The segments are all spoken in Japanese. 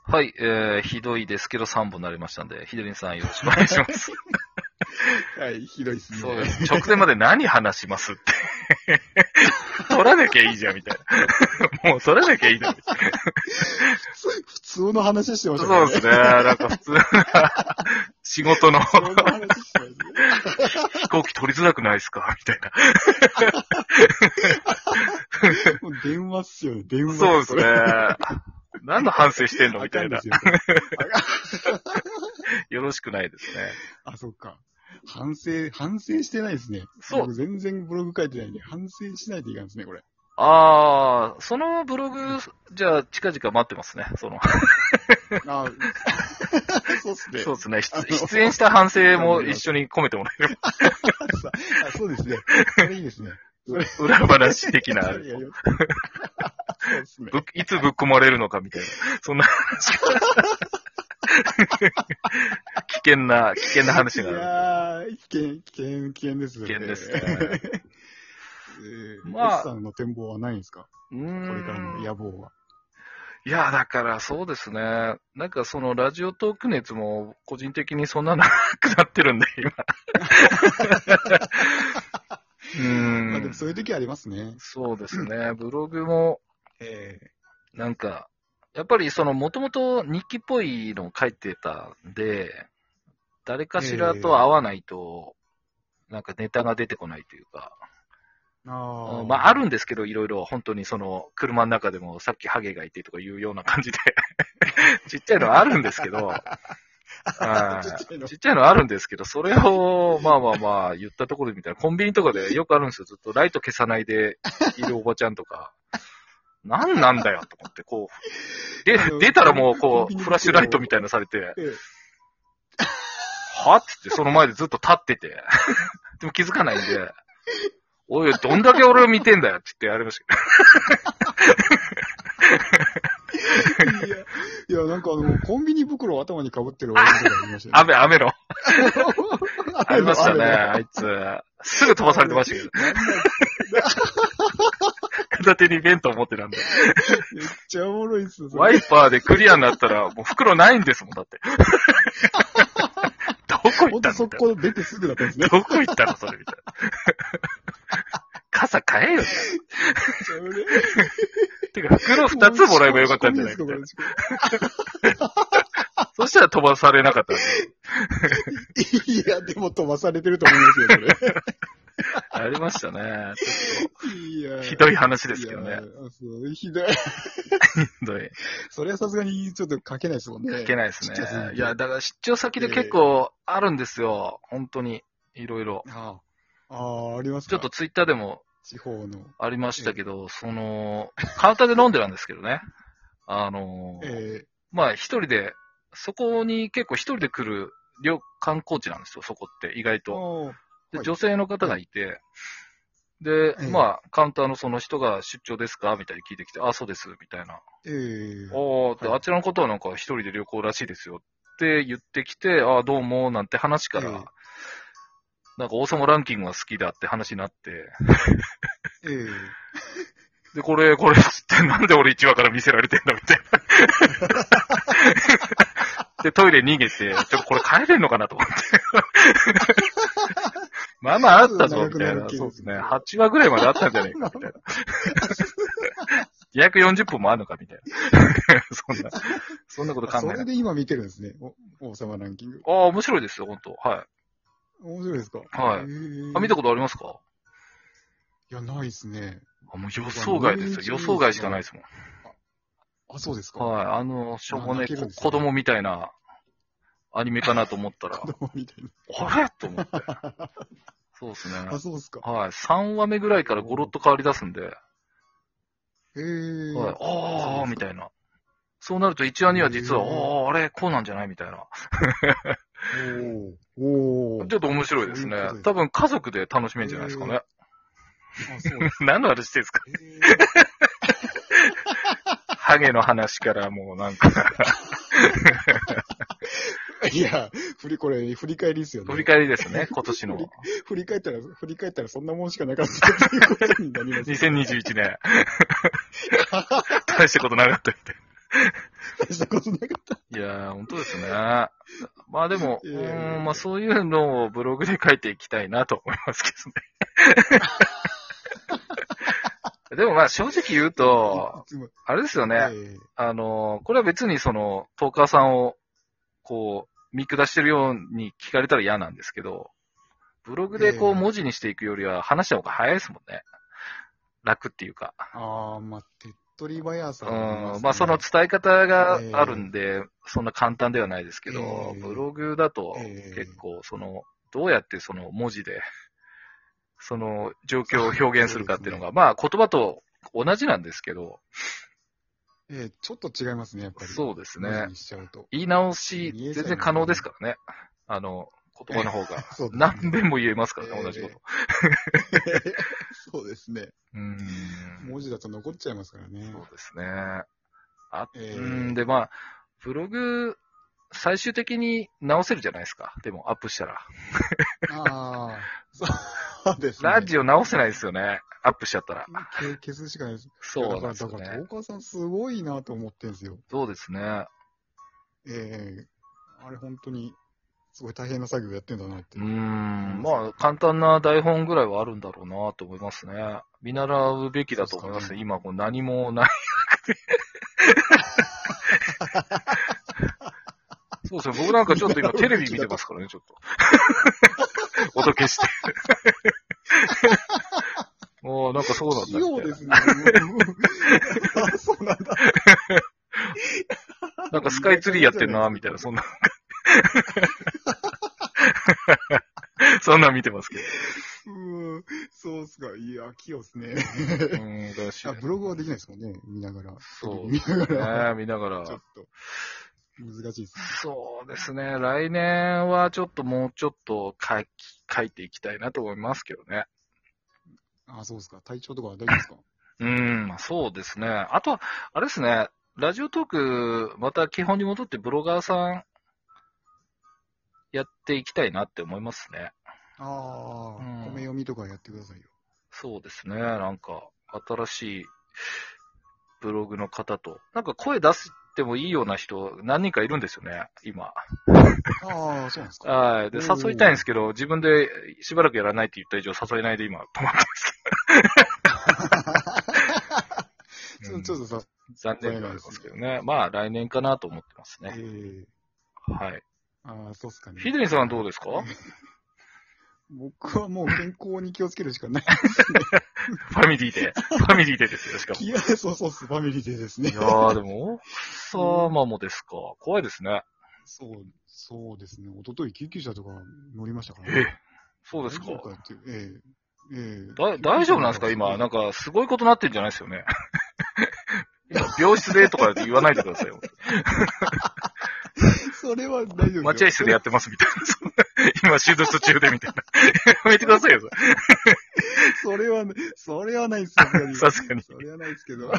はい、ひどいですけど3本になりましたんで、ひどりんさんよろしくお願いします。 はい、ひどいですね。 そうです。直前まで何話しますって。取らなきゃいいじゃん、みたいな。もう取らなきゃいいじゃん。 普通の話してましたね。 そうですね。なんか普通な仕事の普通の話してますね。 飛行機取りづらくないですかみたいな。 もう電話っすよね、電話。 そうですね。何の反省してんのみたいな。よろしくないですね。 あ、そっか。反省してないですね。 そう。 僕全然ブログ書いてないんで、反省しないといかんですね、これ。 ああ、そのブログ、じゃあ、近々待ってますね、その。 そうですね。 そうですね。出演した反省も一緒に込めてもらえる。 そうですね。それいいですね。 裏話的な。 そうですね。 いつぶっ込まれるのかみたいな。そんな話。危険な話がある。 いやー、危険ですね。 危険ですね。 まあ、S さんの展望はないんですか？ これからの野望は。 いや、だからそうですね。なんかそのラジオトーク熱も個人的にそんななくなってるんで、今。 まあでもそういう時ありますね。 そうですね。ブログも、なんか、やっぱりそのもともと日記っぽいのを書いてたんで、誰かしらと会わないと、なんかネタが出てこないというか、まああるんですけど、いろいろ本当にその車の中でもさっきハゲがいてとかいうような感じで、ちっちゃいのはあるんですけど、ちっちゃいのはあるんですけど、それをまあ言ったところで見たらコンビニとかでよくあるんですよ。ずっとライト消さないでいるおばちゃんとか。何なんだよと思って、こう、出たらもうこう、フラッシュライトみたいなのされて、はっつってその前でずっと立ってて、でも気づかないんで、おい、どんだけ俺を見てんだよって言ってやりましたけど。いや、なんかコンビニ袋を頭に被ってる親父とかいましたね。 雨の。ありましたね、あいつ。すぐ飛ばされてましたけど。片手に弁当持ってたんで。 めっちゃおもろいっすよ。 ワイパーでクリアになったら、もう袋ないんですもん、だって。どこ行ったの？ そこ出てすぐだったんですね。 どこ行ったのそれみたいな。傘買えよ。てか、袋2つもらえばよかったんじゃないか。そしたら飛ばされなかったんですいや、でも飛ばされてると思いますよ、それ。 ありましたね。ちょっと、ひどい話ですけどね。 ひどい。 ひどい。 それはさすがにちょっと書けないですもんね。 書けないですね。いや、だから出張先で結構あるんですよ。本当に。いろいろ。 ありますか。 ちょっとツイッターでも、 地方の。 ありましたけど、その、カウンターで飲んでたんですけどね。まあ一人で、そこに結構一人で来る観光地なんですよ、そこって意外と。で、女性の方がいて、で、まあ、カウンターのその人が出張ですかみたいに聞いてきて、あ、そうです、みたいな。で、あちらの方はなんか一人で旅行らしいですよって言ってきて、あ、どうも、なんて話から、なんか王様ランキングが好きだって話になって、で、これってなんで俺1話から見せられてんだみたいな。で、トイレ逃げて、ちょっとこれ帰れんのかなと思って。まああったぞ、みたいな。そうですね。8話ぐらいまであったんじゃねえか、みたいな。240分もあるのか、みたいな。そんなこと考えない。 それで今見てるんですね。王様ランキング。 面白いですよ、本当はい。 面白いですか？ はい。見たことありますか？ いや、ないですね。 もう予想外ですよ。予想外しかないですもん。 そうですか。 はい。しょぼね、子供みたいなアニメかなと思ったら。 子供みたいな。 あれと思って。そうですね。 そうですか。 はい。3話目ぐらいからゴロッと変わり出すんで。はい。みたいな。そうなると1話2話実は、あれこうなんじゃないみたいな。ちょっと面白いですね。多分家族で楽しめるんじゃないですかね。何の話してるんですか？ハゲの話からもうなんかいや、これ、振り返りですよね。 振り返りですね、今年の。 振り返ったらそんなもんしかなかったということになります。 2021年。大したことなかったみたいな。 大したことなかった。 いやー、本当ですね。まあでも、まあそそういうのをブログで書いていきたいなと思いますけどね。でもまあ正直言うと、 いつも、 あれですよね。 えこれは別にその、トーカーさんを、こう、見下してるように聞かれたら嫌なんですけど、ブログでこう文字にしていくよりは話した方が早いですもんね。楽っていうか。 ああ、まあ、手っ取り早さはありますね。 まあその伝え方があるんで、そんな簡単ではないですけど、ブログだと結構その、どうやってその文字で、その状況を表現するかっていうのが、まあ言葉と同じなんですけど、 ちょっと違いますね、やっぱり。 そうですね文字にしちゃうと。 言い直し全然可能ですからね。言葉の方が。 そうですね何遍も言えますからね、同じこと。 そうですね。文字だと残っちゃいますからね。 そうですね。 えーで、まあ、ブログ、最終的に直せるじゃないですか。でも、アップしたら。 ああ、そうですね。 ラジオ直せないですよね。アップしちゃったら。 消すしかないです。 そうなんだですよから、 ね。 トーカーさんすごいなと思ってんですよ。 そうですね。 あれ本当に、すごい大変な作業やってんだなって。 まあ、簡単な台本ぐらいはあるんだろうなと思いますね。見習うべきだと思いますね。 そうですかね今、こう何もない。そうですね。僕なんかちょっと今テレビ見てますからね、ちょっと。音消して。もうなんかそうなんだみたいな。 そうですね。あ、そうなんだ。 なんかスカイツリーやってんな、みたいな、そんな。そんなん見てますけど。 そうっすか。いや、器用っすね。 だしブログはできないですもんね。見ながら。 そう見ながら。 見ながら。 ちょっと、難しいですね。 そうですね。来年はちょっともうちょっと書いていきたいなと思いますけどね。 あ、そうですか。体調とかは大丈夫ですか？ まあそうですね。あとは、あれですね。ラジオトーク、また基本に戻ってブロガーさんやっていきたいなって思いますね。 米読みとかやってくださいよ。 そうですね。なんか、新しいブログの方と、なんか声出してもいいような人何人かいるんですよね、今。 ああ、そうなんですか。 はい。で、誘いたいんですけど、自分でしばらくやらないって言った以上誘えないで今、止まってます。 ちょっとさ、 残念ではありますけどね。まあ、来年かなと思ってますね。はい。 そうっすかね。 ヒデリンさんはどうですか？ 僕はもう健康に気をつけるしかない。 ファミリーで。ファミリーでですよ、しかも。 いや、そうそうっす、ファミリーでですね。 いやー、でも、奥様もですか。怖いですね。 そうですね。一昨日救急車とか乗りましたからね。 そうですか。 大丈夫かっていう。 大丈夫なんですか今、なんか、すごいことなってんじゃないですよね。今、病室でとか言わないでくださいよ。 それは大丈夫。 待合室でやってますみたいな。今、手術中でみたいな。やめてくださいよ。 それはないっすよ。 さすがに。 それはないですけど。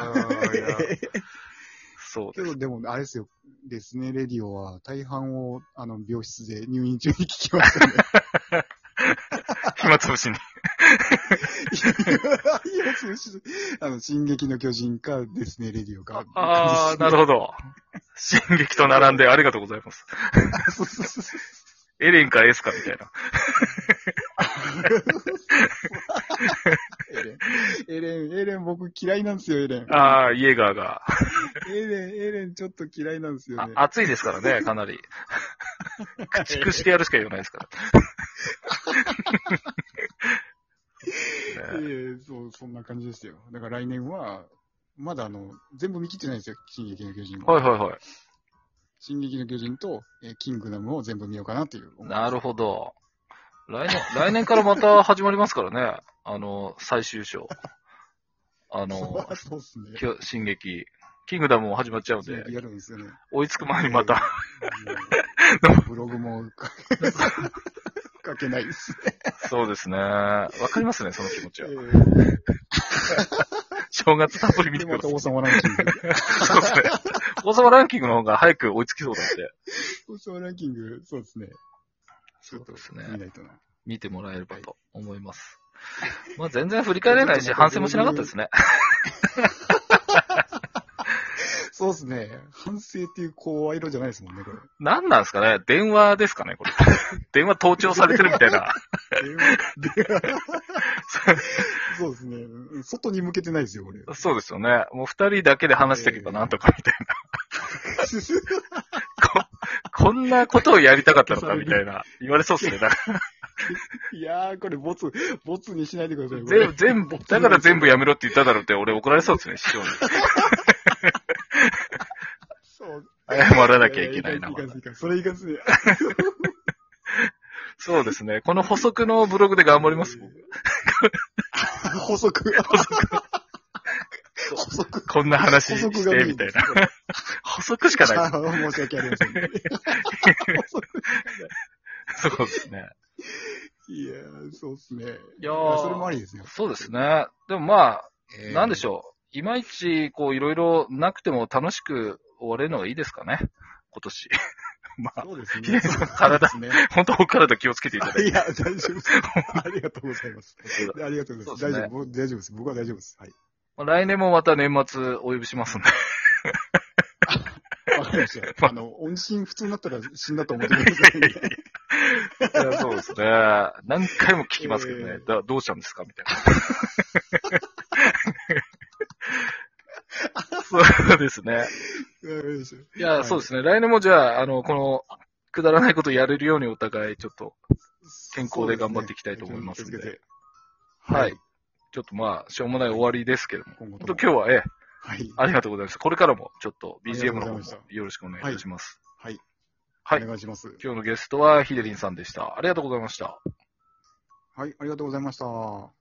そうです。 けど、でも、あれですよ。ですね、レディオは大半を、病室で入院中に聞きましたね。 暇つぶしに。 暇つぶし、進撃の巨人かですね、レディオか。 なるほど。進撃と並んでありがとうございます。エレンかエスかみたいな。 エレン僕嫌いなんですよ、エレン。 イエガーが。 エレンちょっと嫌いなんですよね。 暑いですからね、かなり。駆逐してやるしか言わないですから。 そんな感じですよ。だから来年は、まだ全部見切ってないんですよ、進撃の巨人はいはいはい。 進撃の巨人と、キングダムを全部見ようかなっていう。 なるほど。来年からまた始まりますからね。最終章。 そうっすね。 進撃。キングダムも始まっちゃうんで。 やるんですよね。 追いつく前にまた。 ブログも書けないですね。 そうですね。わかりますね、その気持ちは。正月たっぷり見てください。 王様ランキング。 そうですね。王様ランキングの方が早く追いつきそうなんで。 王様ランキング、そうですね。 そうですね。 見ないとな。 見てもらえればと思います。まあ全然振り返れないし、反省もしなかったですね。 そうですね。反省っていう声色じゃないですもんね、これ。 何なんですかね、電話ですかね、これ。電話盗聴されてるみたいな。 そうですね。外に向けてないですよ、これ。 そうですよね。もう二人だけで話していけばなんとかみたいな。こんなことをやりたかったのかみたいな。言われそうですね。だからいやー、これ、ボツにしないでください。これ全部、だから全部やめろって言っただろうって俺怒られそうですね、師匠に。 そう。 謝らなきゃいけないな。 いかん。それいかんすね。 そうですね。この補足のブログで頑張ります。 補足。 こんな話して、みたいな。補足しかない。 申し訳ありません。 そうですね。 いやー、そうですね。 いやー、 それもありですね。 そうですね。でもまあ、なんでしょう。いまいち、こう、いろいろなくても楽しく終われるのがいいですかね。今年。まあ、 そうですね。 ヒデさん体、本当お体気をつけていただいて。 いや、大丈夫です。ありがとうございます。ありがとうございます。大丈夫です。僕は大丈夫です。はい。 来年もまた年末お呼びしますんで。 わかりました。音信不通になったら死んだと思ってくださいね。 いやそうですね。何回も聞きますけどね。どうしたんですかみたいな。そうですね。いや、そうですね。来年もじゃあ、この、くだらないことやれるようにお互い、ちょっと、健康で頑張っていきたいと思いますので。はい。ちょっとまあ、しょうもない終わりですけども。本当今日は、はい。ありがとうございます。これからも、ちょっと BGM の方もよろしくお願いいたします。 はい。 はい。 お願いします。 今日のゲストはヒデリンさんでした。ありがとうございました。 はい、ありがとうございました。